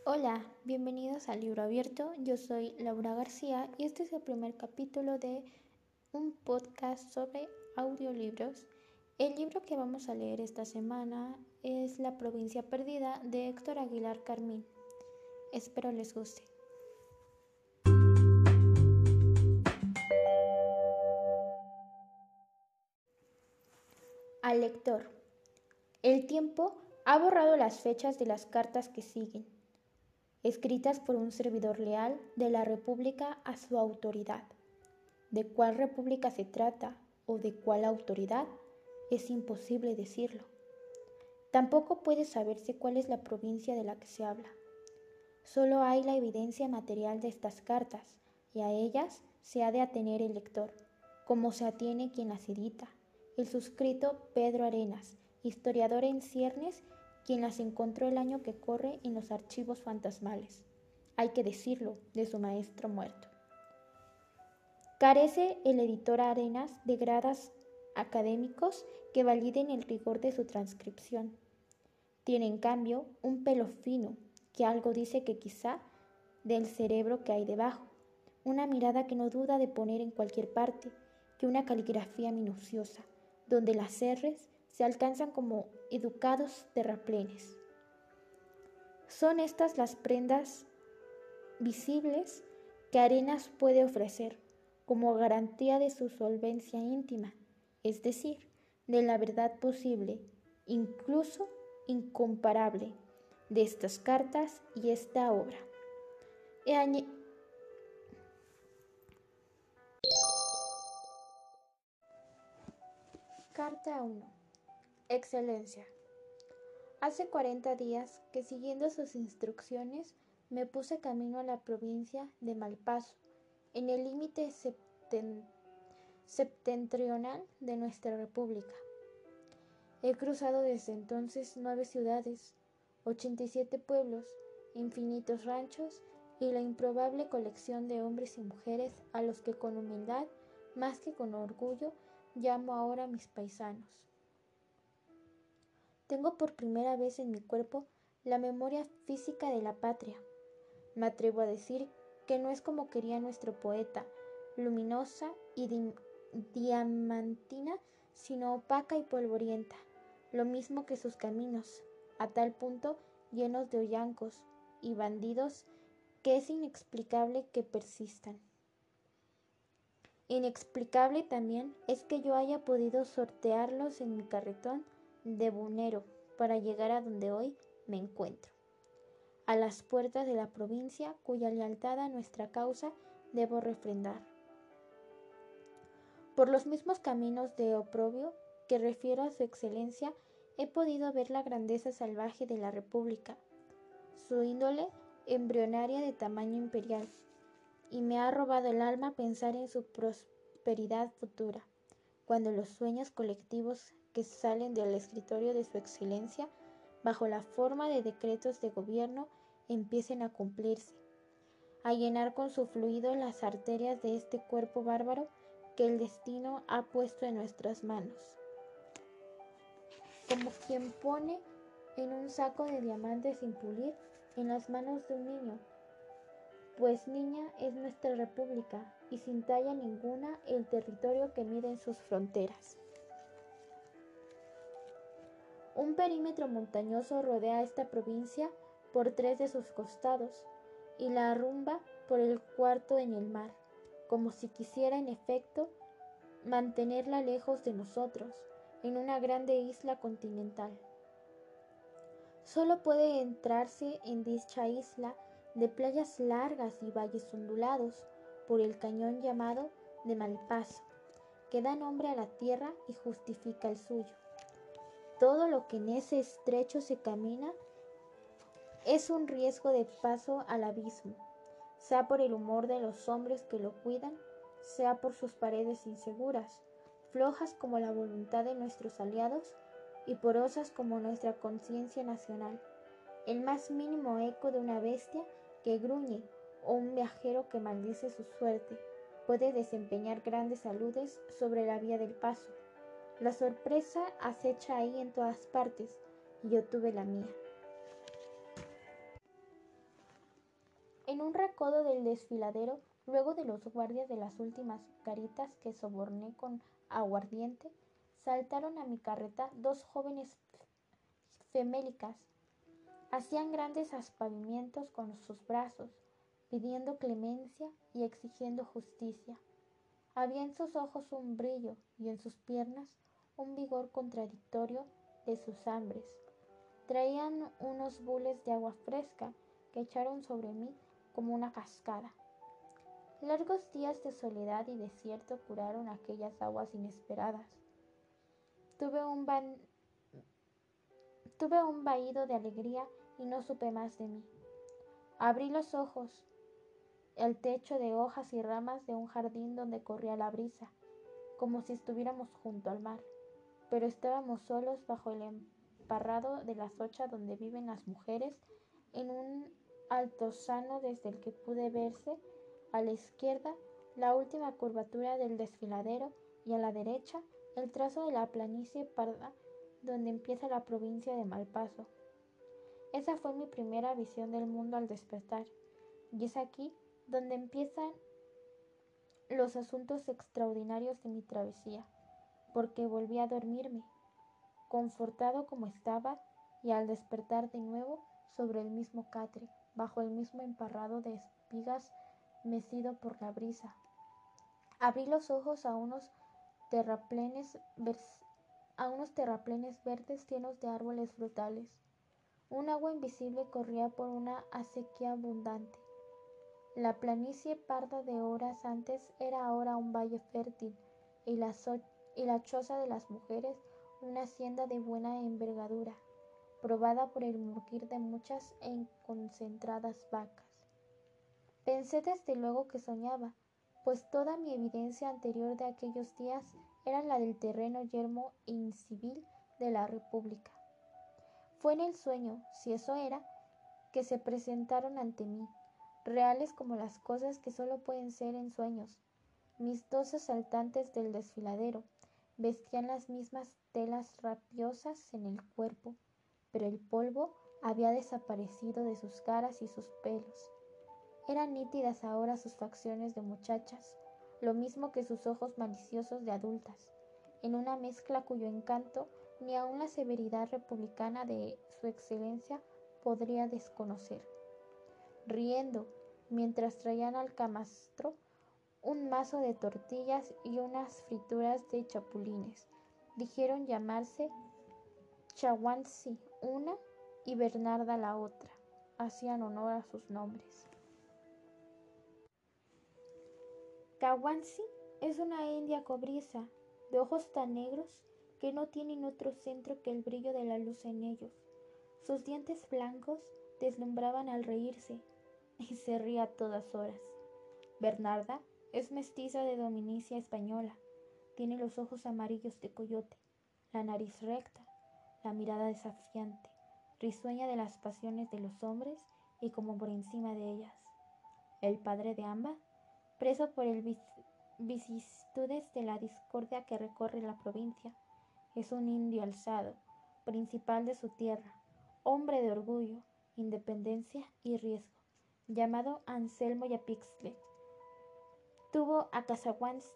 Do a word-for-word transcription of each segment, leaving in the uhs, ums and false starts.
Hola, bienvenidos al Libro Abierto. Yo soy Laura García y este es el primer capítulo de un podcast sobre audiolibros. El libro que vamos a leer esta semana es La provincia perdida de Héctor Aguilar Carmín. Espero les guste. Al lector. El tiempo ha borrado las fechas de las cartas que siguen, escritas por un servidor leal de la República a su autoridad. ¿De cuál república se trata o de cuál autoridad? Es imposible decirlo. Tampoco puede saberse cuál es la provincia de la que se habla. Solo hay la evidencia material de estas cartas, y a ellas se ha de atener el lector, como se atiene quien las edita, el suscrito Pedro Arenas, historiador en ciernes, quien las encontró el año que corre en los archivos fantasmales, hay que decirlo, de su maestro muerto. Carece el editor Arenas de grados académicos que validen el rigor de su transcripción. Tiene en cambio un pelo fino, que algo dice que quizá del cerebro que hay debajo, una mirada que no duda de poner en cualquier parte, y una caligrafía minuciosa, donde las erres se alcanzan como educados terraplenes. Son estas las prendas visibles que Arenas puede ofrecer como garantía de su solvencia íntima, es decir, de la verdad posible, incluso incomparable, de estas cartas y esta obra. He añ- Carta uno. Excelencia. Hace cuarenta días que, siguiendo sus instrucciones, me puse camino a la provincia de Malpaso, en el límite septen- septentrional de nuestra república. He cruzado desde entonces nueve ciudades, ochenta y siete pueblos, infinitos ranchos y la improbable colección de hombres y mujeres a los que con humildad, más que con orgullo, llamo ahora mis paisanos. Tengo por primera vez en mi cuerpo la memoria física de la patria. Me atrevo a decir que no es como quería nuestro poeta, luminosa y di- diamantina, sino opaca y polvorienta, lo mismo que sus caminos, a tal punto llenos de hoyancos y bandidos que es inexplicable que persistan. Inexplicable también es que yo haya podido sortearlos en mi carretón de bunero para llegar a donde hoy me encuentro, a las puertas de la provincia cuya lealtad a nuestra causa debo refrendar. Por los mismos caminos de oprobio que refiero a su excelencia, he podido ver la grandeza salvaje de la república, su índole embrionaria de tamaño imperial, y me ha robado el alma pensar en su prosperidad futura, cuando los sueños colectivos que salen del escritorio de su excelencia, bajo la forma de decretos de gobierno, empiecen a cumplirse, a llenar con su fluido las arterias de este cuerpo bárbaro que el destino ha puesto en nuestras manos, como quien pone en un saco de diamantes sin pulir en las manos de un niño, pues niña es nuestra república y sin talla ninguna el territorio que mide en sus fronteras. Un perímetro montañoso rodea esta provincia por tres de sus costados y la arrumba por el cuarto en el mar, como si quisiera en efecto mantenerla lejos de nosotros, en una grande isla continental. Solo puede entrarse en dicha isla de playas largas y valles ondulados por el cañón llamado de Malpaso, que da nombre a la tierra y justifica el suyo. Todo lo que en ese estrecho se camina es un riesgo de paso al abismo, sea por el humor de los hombres que lo cuidan, sea por sus paredes inseguras, flojas como la voluntad de nuestros aliados y porosas como nuestra conciencia nacional. El más mínimo eco de una bestia que gruñe o un viajero que maldice su suerte puede desempeñar grandes aludes sobre la vía del paso. La sorpresa acecha ahí en todas partes, y yo tuve la mía. En un recodo del desfiladero, luego de los guardias de las últimas caritas que soborné con aguardiente, saltaron a mi carreta dos jóvenes femélicas. Hacían grandes aspavientos con sus brazos, pidiendo clemencia y exigiendo justicia. Había en sus ojos un brillo y en sus piernas un vigor contradictorio de sus hambres. Traían unos bules de agua fresca que echaron sobre mí como una cascada. Largos días de soledad y desierto curaron aquellas aguas inesperadas. Tuve un, ban... Tuve un vahido de alegría y no supe más de mí. Abrí los ojos, el techo de hojas y ramas de un jardín donde corría la brisa, como si estuviéramos junto al mar, pero estábamos solos bajo el emparrado de la socha donde viven las mujeres, en un altozano desde el que pude verse a la izquierda la última curvatura del desfiladero y a la derecha el trazo de la planicie parda donde empieza la provincia de Malpaso. Esa fue mi primera visión del mundo al despertar, y es aquí donde empiezan los asuntos extraordinarios de mi travesía, porque volví a dormirme, confortado como estaba, y al despertar de nuevo sobre el mismo catre, bajo el mismo emparrado de espigas mecido por la brisa. Abrí los ojos a unos terraplenes, a unos terraplenes verdes llenos de árboles frutales. Un agua invisible corría por una acequia abundante. La planicie parda de horas antes era ahora un valle fértil y la, so y la choza de las mujeres una hacienda de buena envergadura, probada por el mugir de muchas e concentradas vacas. Pensé desde luego que soñaba, pues toda mi evidencia anterior de aquellos días era la del terreno yermo e incivil de la República. Fue en el sueño, si eso era, que se presentaron ante mí, reales como las cosas que solo pueden ser en sueños. Mis dos asaltantes del desfiladero vestían las mismas telas rapiosas en el cuerpo, pero el polvo había desaparecido de sus caras y sus pelos. Eran nítidas ahora sus facciones de muchachas, lo mismo que sus ojos maliciosos de adultas, en una mezcla cuyo encanto ni aun la severidad republicana de su excelencia podría desconocer. Riendo, mientras traían al camastro un mazo de tortillas y unas frituras de chapulines, dijeron llamarse Chaguanci una y Bernarda la otra. Hacían honor a sus nombres. Chaguanci es una india cobriza, de ojos tan negros que no tienen otro centro que el brillo de la luz en ellos. Sus dientes blancos deslumbraban al reírse, y se ría a todas horas. Bernarda es mestiza de Dominicia española, tiene los ojos amarillos de coyote, la nariz recta, la mirada desafiante, risueña de las pasiones de los hombres y como por encima de ellas. El padre de ambas, preso por el vicisitudes de la discordia que recorre la provincia, es un indio alzado, principal de su tierra, hombre de orgullo, independencia y riesgo, llamado Anselmo Yapixtle. Tuvo a Cazahuansti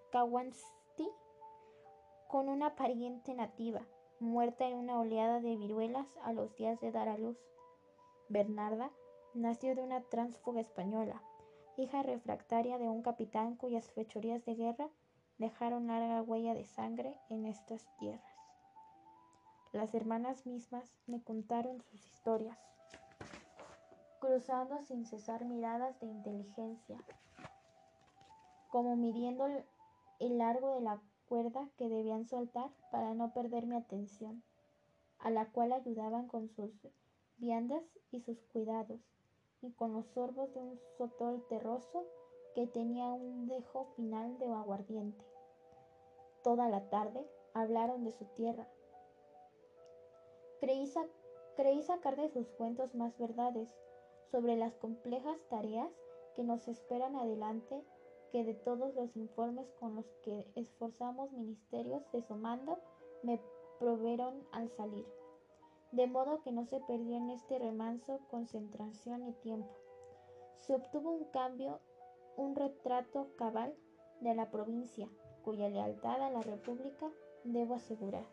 con una pariente nativa, muerta en una oleada de viruelas a los días de dar a luz. Bernarda nació de una tránsfuga española, hija refractaria de un capitán cuyas fechorías de guerra dejaron larga huella de sangre en estas tierras. Las hermanas mismas me contaron sus historias, cruzando sin cesar miradas de inteligencia, como midiendo el largo de la cuerda que debían soltar para no perder mi atención, a la cual ayudaban con sus viandas y sus cuidados, y con los sorbos de un sotol terroso que tenía un dejo final de aguardiente. Toda la tarde hablaron de su tierra. Creí, sa creí sacar de sus cuentos más verdades sobre las complejas tareas que nos esperan adelante que de todos los informes con los que esforzamos ministerios de su mando me proveeron al salir, de modo que no se perdió en este remanso concentración ni tiempo. se obtuvo un cambio, un retrato cabal de la provincia, cuya lealtad a la República debo asegurar.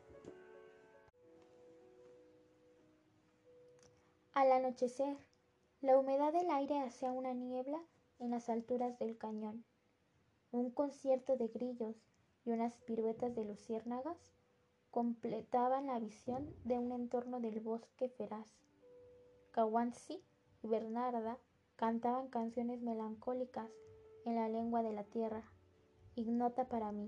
Al anochecer, la humedad del aire hacía una niebla en las alturas del cañón. Un concierto de grillos y unas piruetas de luciérnagas completaban la visión de un entorno del bosque feraz. Caguancy y Bernarda cantaban canciones melancólicas en la lengua de la tierra, ignota para mí.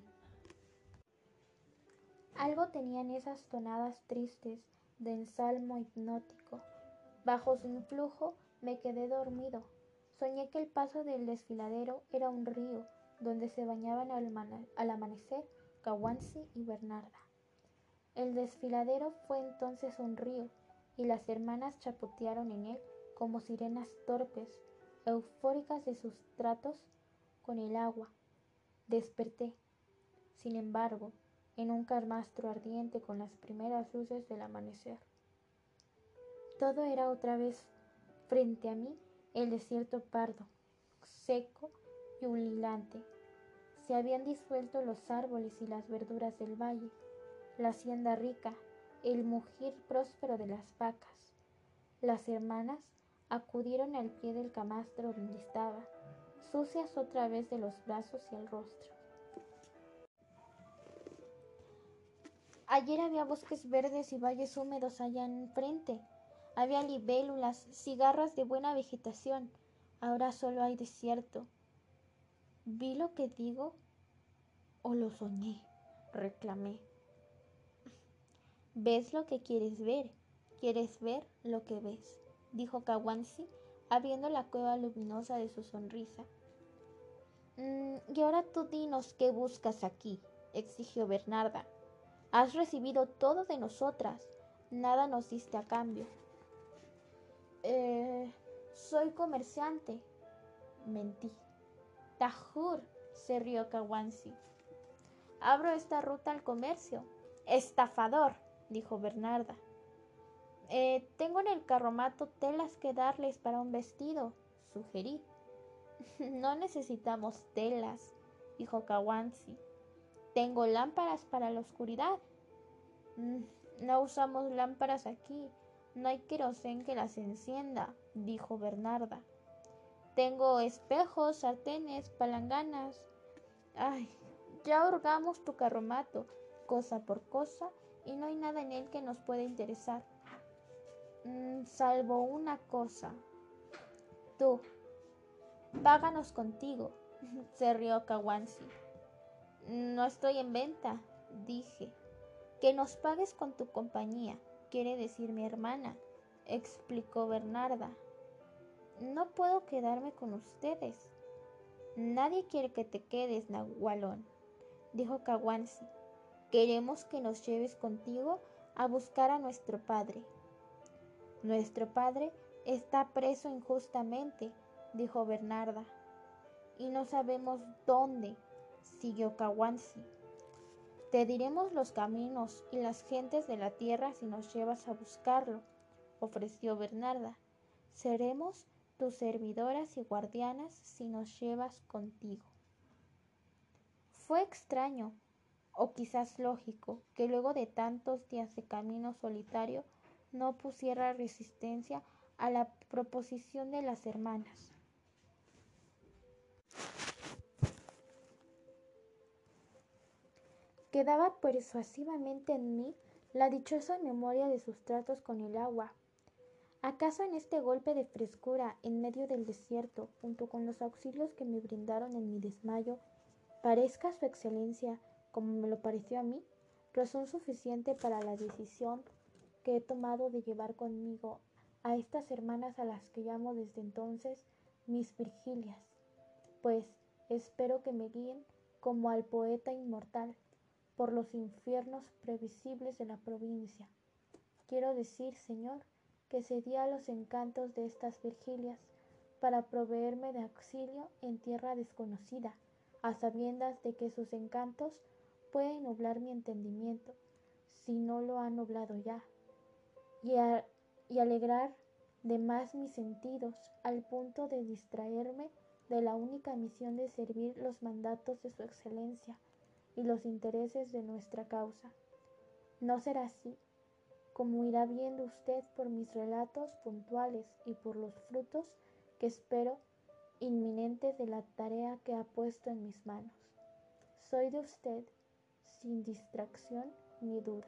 Algo tenían esas tonadas tristes de ensalmo hipnótico. Bajo su influjo me quedé dormido. Soñé que el paso del desfiladero era un río donde se bañaban al, al amanecer Caguancy y Bernarda. El desfiladero fue entonces un río y las hermanas chapotearon en él como sirenas torpes, eufóricas de sus tratos con el agua. Desperté, sin embargo, en un camastro ardiente con las primeras luces del amanecer. Todo era otra vez frente a mí el desierto pardo, seco y ululante. Se habían disuelto los árboles y las verduras del valle, la hacienda rica, el mugir próspero de las vacas. Las hermanas acudieron al pie del camastro donde estaba, sucias otra vez de los brazos y el rostro. Ayer había bosques verdes y valles húmedos allá enfrente. Había libélulas, cigarras de buena vegetación. Ahora solo hay desierto. ¿Vi lo que digo o lo soñé?, reclamé. ¿Ves lo que quieres ver? ¿Quieres ver lo que ves?, dijo Caguancy, abriendo la cueva luminosa de su sonrisa. Mm, y ahora tú dinos qué buscas aquí, exigió Bernarda. Has recibido todo de nosotras, nada nos diste a cambio. Eh, soy comerciante, mentí. Tajur, se rió Caguancy. Abro esta ruta al comercio. Estafador, dijo Bernarda. Eh, tengo en el carromato telas que darles para un vestido, sugerí. No necesitamos telas, dijo Caguancy. Tengo lámparas para la oscuridad. Mm, no usamos lámparas aquí. No hay querosén que las encienda, dijo Bernarda. Tengo espejos, sartenes, palanganas. Ay, ya hurgamos tu carromato, cosa por cosa, y no hay nada en él que nos pueda interesar. Mm, salvo una cosa. Tú, páganos contigo, se rió Caguancy. No estoy en venta, dije. Que nos pagues con tu compañía, quiere decir mi hermana, explicó Bernarda. No puedo quedarme con ustedes. Nadie quiere que te quedes, Nahualón, dijo Caguancy. Queremos que nos lleves contigo a buscar a nuestro padre. Nuestro padre está preso injustamente, dijo Bernarda. Y no sabemos dónde, siguió Caguancy. Te diremos los caminos y las gentes de la tierra si nos llevas a buscarlo, ofreció Bernarda. Seremos tus servidoras y guardianas si nos llevas contigo. Fue extraño, o quizás lógico, que luego de tantos días de camino solitario no pusiera resistencia a la proposición de las hermanas. Quedaba persuasivamente en mí la dichosa memoria de sus tratos con el agua. ¿Acaso en este golpe de frescura en medio del desierto, junto con los auxilios que me brindaron en mi desmayo, parezca su excelencia, como me lo pareció a mí, razón suficiente para la decisión que he tomado de llevar conmigo a estas hermanas a las que llamo desde entonces mis Virgilias? Pues espero que me guíen como al poeta inmortal por los infiernos previsibles de la provincia. Quiero decir, Señor, que cedí a los encantos de estas Virgilias para proveerme de auxilio en tierra desconocida, a sabiendas de que sus encantos pueden nublar mi entendimiento, si no lo han nublado ya, y, a, y alegrar de más mis sentidos, al punto de distraerme de la única misión de servir los mandatos de su excelencia y los intereses de nuestra causa. No será así, como irá viendo usted por mis relatos puntuales y por los frutos que espero inminentes de la tarea que ha puesto en mis manos. Soy de usted, sin distracción ni duda.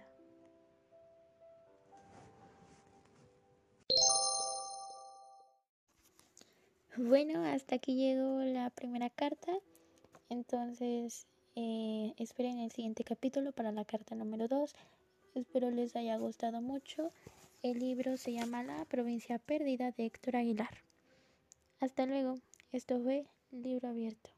Bueno, hasta aquí llegó la primera carta, entonces eh, esperen el siguiente capítulo para la carta número dos. Espero les haya gustado mucho. El libro se llama La provincia perdida de Héctor Aguilar. Hasta luego, esto fue Libro Abierto.